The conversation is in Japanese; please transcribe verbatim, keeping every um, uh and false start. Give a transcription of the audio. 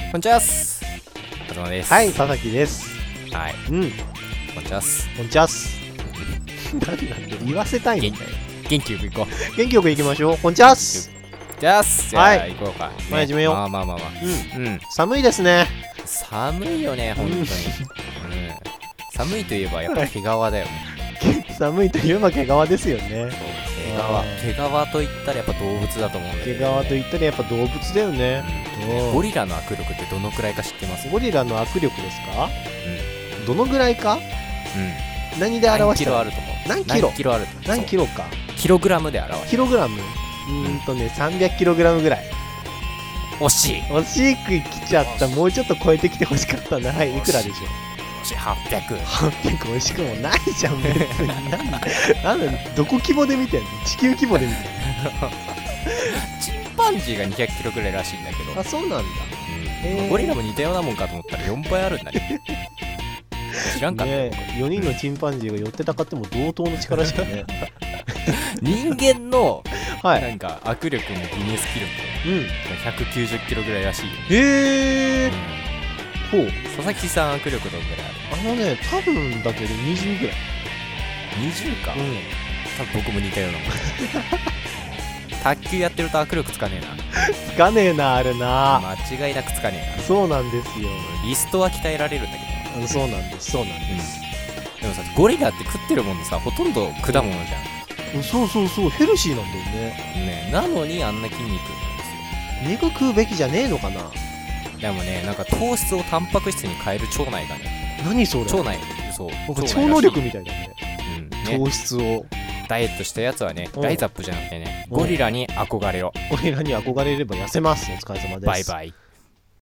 こんにちはっす。かずまです。 はい、佐々木です。 はい。 うん。 こんにちはっす。 こんにちはっす。何なんで言わせたいんだよ。 元気よく行こう。 元気よく行きましょう。こんにちはっす。 じゃあっす。じゃあ行こうか。 まあ始めよう。 まあまあまあまあ。 うん。 うん。 寒いですね。 寒いよね、本当に。うん。寒いといえばやっぱ毛皮だよね。 寒いといえば毛皮ですよね。 毛皮。毛皮と言ったらやっぱ動物だと思うんだ毛皮よね。 と言ったらやっぱ動物だよね。 ゴリラの握力ってどのくらいか知ってます？ ゴリラの握力ですか？ うん。 どのぐらいか？ うん。 何で表したら？ 何キロあると思う？ 何キロ？ 何キロあると思う？ 何キロか？ キログラムで表す。 キログラム？うーんとね、さんびゃくキログラムぐらい。 惜しい。 惜しく来ちゃった。もうちょっと超えてきてほしかったな。はい、いくらでしょう？ 惜しい。はっぴゃく。 はっぴゃく惜しくもないじゃん、別に。なんだ、なんだ、どこ規模で見てんの？地球規模で見てんの？ チンパンジーがにひゃくキロぐらいらしいんだけど。 あ、そうなんだ。 うん、ゴリラも似たようなもんかと思ったらよんばいあるんだね。知らんかったね。 よにんのチンパンジーが寄ってたかっても同等の力しかね。 人間のはなんか握力のギネス記録うん。 ひゃくきゅうじゅっキロぐらいらしいよ。 へえ。ほう。 佐々木さん握力どんぐらいある？ あのね、多分だけどにじゅうぐらい。 にじゅうか。 うん。 多分僕も似たようなもん。卓球やってると握力つかねえな。 つかねえな、あれな。 間違いなくつかねえな。 そうなんですよ。 リストは鍛えられるんだけど。 そうなんです、そうなんです。 でもさ、ゴリラって食ってるものさ、ほとんど果物じゃん。 そうそうそう、ヘルシーなんだよね。 ね、なのにあんな筋肉なんですよ。 肉食うべきじゃねえのかな。 でもね、なんか糖質をタンパク質に変える腸内がね。 何それ？ 腸内、そう。 なんか超能力みたいだね。 うん。 糖質を。 ダイエットしたやつはね、 うんライザップじゃなくてね、ゴリラに憧れろ。 ゴリラに憧れれば痩せます。お疲れ様です。 バイバイ。